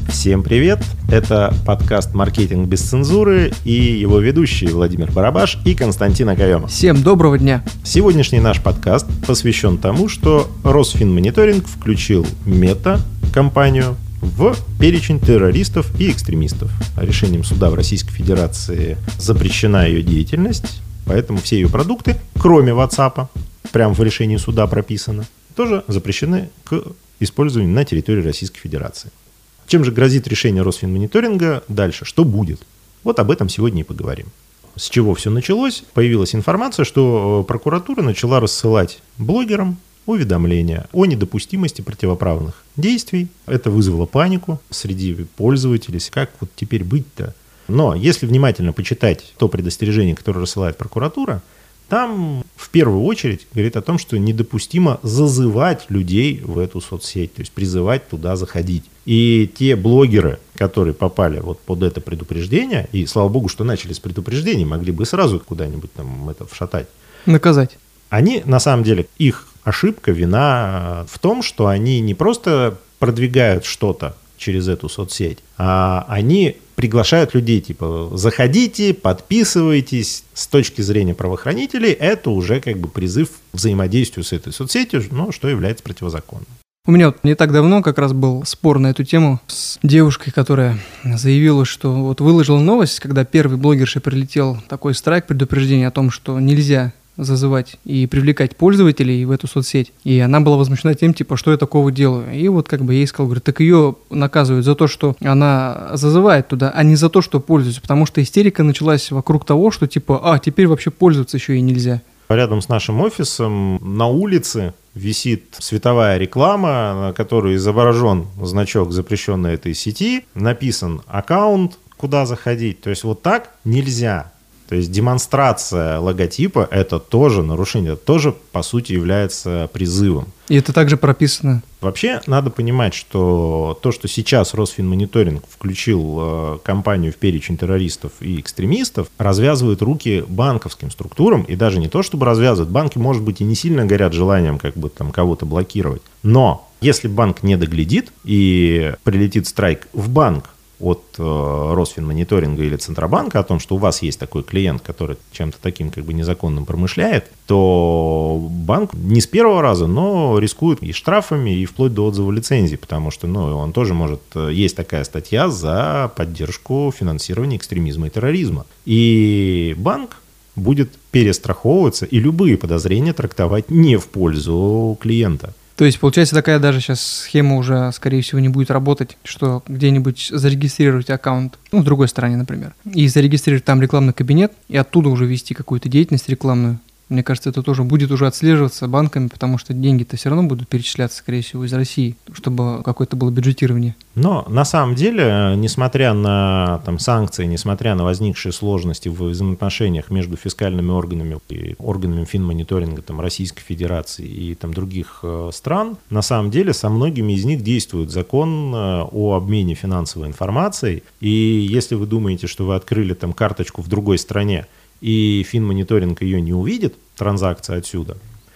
Всем привет! Это подкаст «Маркетинг без цензуры» и его ведущие Владимир Барабаш и Константин Акаемов. Всем доброго дня! Сегодняшний наш подкаст посвящен тому, что Росфинмониторинг включил Мета, компанию, в перечень террористов и экстремистов. Решением суда в Российской Федерации запрещена ее деятельность, поэтому все ее продукты, кроме WhatsApp, прямо в решении суда прописано, тоже запрещены к использованию на территории Российской Федерации. Чем же грозит решение Росфинмониторинга дальше? Что будет? Вот об этом сегодня и поговорим. С чего все началось? Появилась информация, что прокуратура начала рассылать блогерам уведомления о недопустимости противоправных действий. Это вызвало панику среди пользователей. Как вот теперь быть-то? Но если внимательно почитать то предостережение, которое рассылает прокуратура, там в первую очередь говорит о том, что недопустимо зазывать людей в эту соцсеть, то есть призывать туда заходить. И те блогеры, которые попали вот под это предупреждение, и слава богу, что начали с предупреждений, могли бы сразу куда-нибудь там это вшатать. Наказать. Они, на самом деле, их ошибка, вина в том, что они не просто продвигают что-то через эту соцсеть, а они приглашают людей, типа, заходите, подписывайтесь. С точки зрения правоохранителей, это уже как бы призыв к взаимодействию с этой соцсетью, но что является противозаконным. У меня вот не так давно как раз был спор на эту тему с девушкой, которая заявила, что вот выложила новость, когда первый блогерше прилетел такой страйк, предупреждение о том, что нельзя зазывать и привлекать пользователей в эту соцсеть. И она была возмущена тем, типа, что я такого делаю. И вот как бы я ей сказал, говорю, так ее наказывают за то, что она зазывает туда, а не за то, что пользуется. Потому что истерика началась вокруг того, что типа, теперь вообще пользоваться еще и нельзя. Рядом с нашим офисом на улице висит световая реклама, на которой изображен значок запрещенной этой сети, написан аккаунт, куда заходить. То есть вот так нельзя. То есть демонстрация логотипа – это тоже нарушение, это тоже, по сути, является призывом. И это также прописано. Вообще, надо понимать, что то, что сейчас Росфинмониторинг включил компанию в перечень террористов и экстремистов, развязывает руки банковским структурам, и даже не то, чтобы развязывать, банки, может быть, и не сильно горят желанием как бы там кого-то блокировать. Но если банк не доглядит и прилетит страйк в банк от Росфинмониторинга или Центробанка о том, что у вас есть такой клиент, который чем-то таким как бы незаконным промышляет, то банк не с первого раза, но рискует и штрафами, и вплоть до отзыва лицензии, потому что он тоже может... Есть такая статья за поддержку финансирования экстремизма и терроризма. И банк будет перестраховываться и любые подозрения трактовать не в пользу клиента. То есть, получается, такая даже сейчас схема уже, скорее всего, не будет работать, что где-нибудь зарегистрировать аккаунт, в другой стране, например, и зарегистрировать там рекламный кабинет, и оттуда уже вести какую-то деятельность рекламную. Мне кажется, это тоже будет уже отслеживаться банками, потому что деньги-то все равно будут перечисляться, скорее всего, из России, чтобы какое-то было бюджетирование. Но на самом деле, несмотря на санкции, несмотря на возникшие сложности в взаимоотношениях между фискальными органами и органами финмониторинга Российской Федерации и других стран, на самом деле со многими из них действует закон о обмене финансовой информацией. И если вы думаете, что вы открыли карточку в другой стране, и финмониторинг ее не увидит, транзакция отсюда,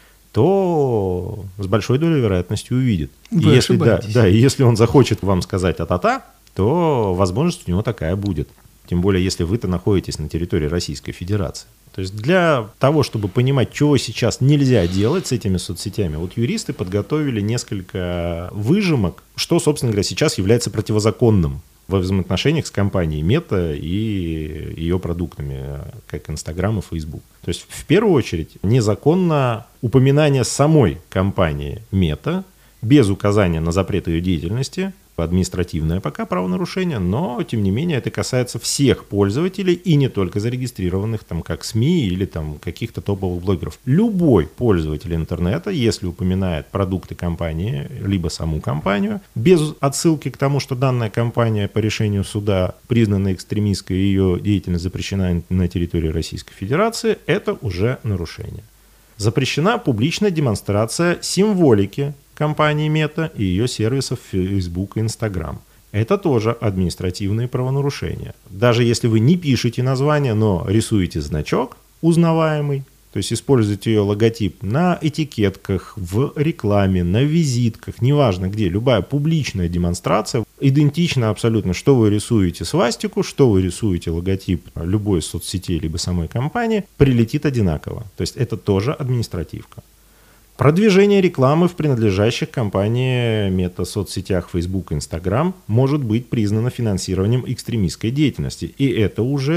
то с большой долей вероятности увидит. Вы ошибаетесь. И если он захочет вам сказать а-та-та, то возможность у него такая будет. Тем более, если вы-то находитесь на территории Российской Федерации. То есть для того, чтобы понимать, чего сейчас нельзя делать с этими соцсетями, вот юристы подготовили несколько выжимок, что, собственно говоря, сейчас является противозаконным во взаимоотношениях с компанией Мета и ее продуктами, как Инстаграм и Фейсбук. То есть, в первую очередь, незаконно упоминание самой компании Мета без указания на запрет ее деятельности, административное пока правонарушение, но, тем не менее, это касается всех пользователей и не только зарегистрированных как СМИ или каких-то топовых блогеров. Любой пользователь интернета, если упоминает продукты компании, либо саму компанию, без отсылки к тому, что данная компания по решению суда признана экстремистской и ее деятельность запрещена на территории Российской Федерации, это уже нарушение. Запрещена публичная демонстрация символики компании Мета и ее сервисов Facebook и Instagram. Это тоже административные правонарушения. Даже если вы не пишете название, но рисуете значок узнаваемый, То есть используйте ее логотип на этикетках, в рекламе, на визитках, неважно где, любая публичная демонстрация идентично абсолютно, что вы рисуете свастику, что вы рисуете логотип любой соцсети либо самой компании, прилетит одинаково. То есть это тоже административка. Продвижение рекламы в принадлежащих компании мета-соцсетях Facebook и Instagram может быть признано финансированием экстремистской деятельности. И это уже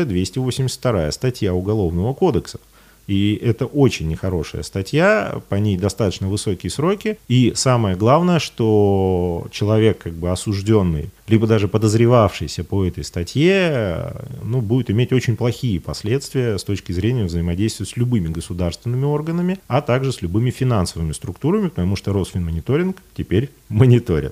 282 статья Уголовного кодекса. И это очень нехорошая статья, по ней достаточно высокие сроки. И самое главное, что человек, как бы осужденный, либо даже подозревавшийся по этой статье, будет иметь очень плохие последствия с точки зрения взаимодействия с любыми государственными органами, а также с любыми финансовыми структурами, потому что Росфинмониторинг теперь мониторит.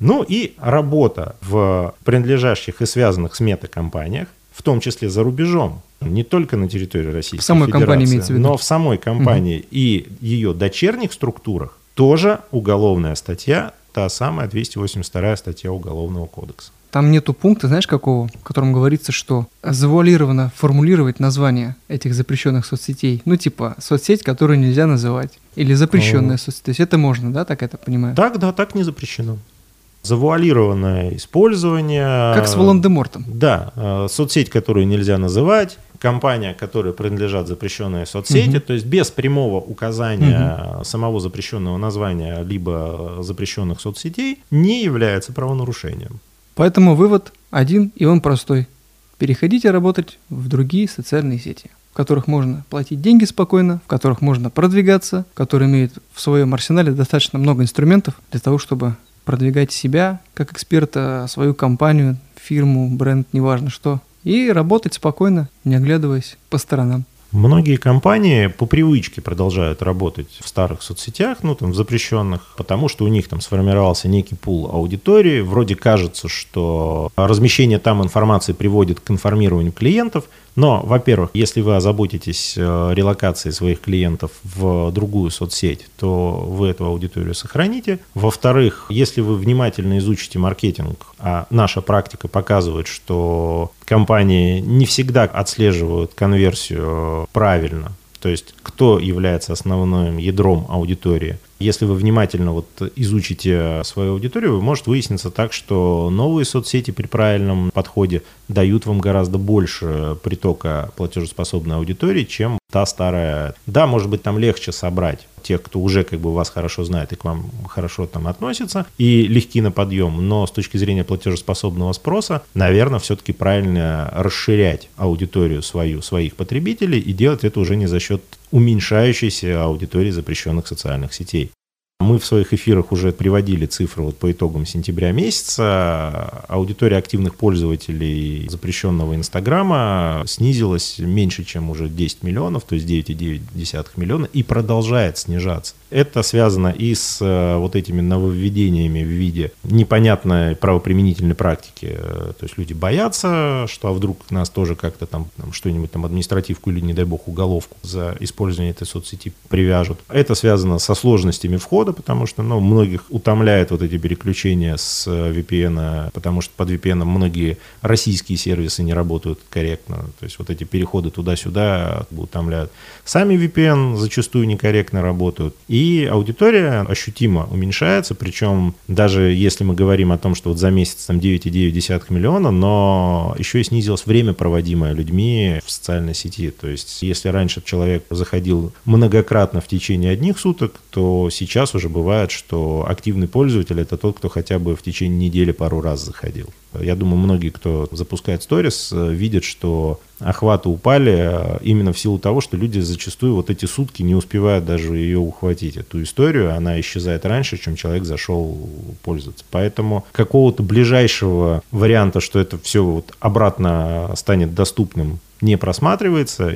И работа в принадлежащих и связанных с мета-компаниях, в том числе за рубежом, не только на территории Российской Федерации, компании имеется в виду, но в самой компании и ее дочерних структурах тоже уголовная статья, та самая 282 статья Уголовного кодекса. Там нету пункта, знаешь, какого, в котором говорится, что завуалированно формулировать название этих запрещенных соцсетей. Типа соцсеть, которую нельзя называть. Или запрещенная соцсеть. То есть это можно, да, так это понимаю? Так не запрещено. Завуалированное использование. Как с Волан-де-Мортом. Да, соцсеть, которую нельзя называть, компания, которой принадлежат запрещенные соцсети, то есть без прямого указания самого запрещенного названия либо запрещенных соцсетей, не является правонарушением. Поэтому вывод один, и он простой. Переходите работать в другие социальные сети, в которых можно платить деньги спокойно, в которых можно продвигаться, которые имеют в своем арсенале достаточно много инструментов для того, чтобы продвигать себя как эксперта, свою компанию, фирму, бренд, неважно что, и работать спокойно, не оглядываясь по сторонам. Многие компании по привычке продолжают работать в старых соцсетях, в запрещенных, потому что у них там сформировался некий пул аудитории. Вроде кажется, что размещение там информации приводит к информированию клиентов. Но, во-первых, если вы озаботитесь релокацией своих клиентов в другую соцсеть, то вы эту аудиторию сохраните. Во-вторых, если вы внимательно изучите маркетинг, а наша практика показывает, что компании не всегда отслеживают конверсию правильно, то есть кто является основным ядром аудитории. Если вы внимательно изучите свою аудиторию, может выясниться так, что новые соцсети при правильном подходе дают вам гораздо больше притока платежеспособной аудитории, чем та старая. Да, может быть, там легче собрать тех, кто уже вас хорошо знает и к вам хорошо там относится, и легки на подъем, но с точки зрения платежеспособного спроса, наверное, все-таки правильно расширять аудиторию своих потребителей и делать это уже не за счет уменьшающейся аудитории запрещенных социальных сетей. Мы в своих эфирах уже приводили цифры по итогам сентября месяца. Аудитория активных пользователей запрещенного Инстаграма снизилась меньше, чем уже 10 миллионов, то есть 9,9 миллиона, и продолжает снижаться. Это связано и с этими нововведениями в виде непонятной правоприменительной практики. То есть люди боятся, что вдруг нас тоже как-то там что-нибудь административку или, не дай бог, уголовку за использование этой соцсети привяжут. Это связано со сложностями входа, потому что многих утомляет эти переключения с VPN, потому что под VPN многие российские сервисы не работают корректно. То есть эти переходы туда-сюда утомляют. Сами VPN зачастую некорректно работают. И аудитория ощутимо уменьшается, причем даже если мы говорим о том, что за месяц 9,9 миллиона, но еще и снизилось время, проводимое людьми в социальной сети. То есть если раньше человек заходил многократно в течение одних суток, то сейчас уже бывает, что активный пользователь — это тот, кто хотя бы в течение недели пару раз заходил. Я думаю, многие, кто запускает сторис, видят, что охваты упали именно в силу того, что люди зачастую эти сутки не успевают даже ее ухватить. Эту историю, она исчезает раньше, чем человек зашел пользоваться. Поэтому какого-то ближайшего варианта, что это все обратно станет доступным, не просматривается,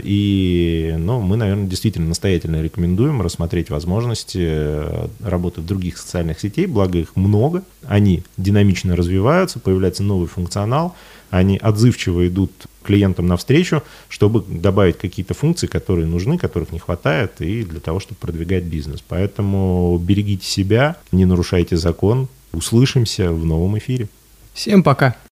и мы, наверное, действительно настоятельно рекомендуем рассмотреть возможности работы в других социальных сетей, благо их много, они динамично развиваются, появляется новый функционал, они отзывчиво идут клиентам навстречу, чтобы добавить какие-то функции, которые нужны, которых не хватает, и для того, чтобы продвигать бизнес. Поэтому берегите себя, не нарушайте закон, услышимся в новом эфире. Всем пока!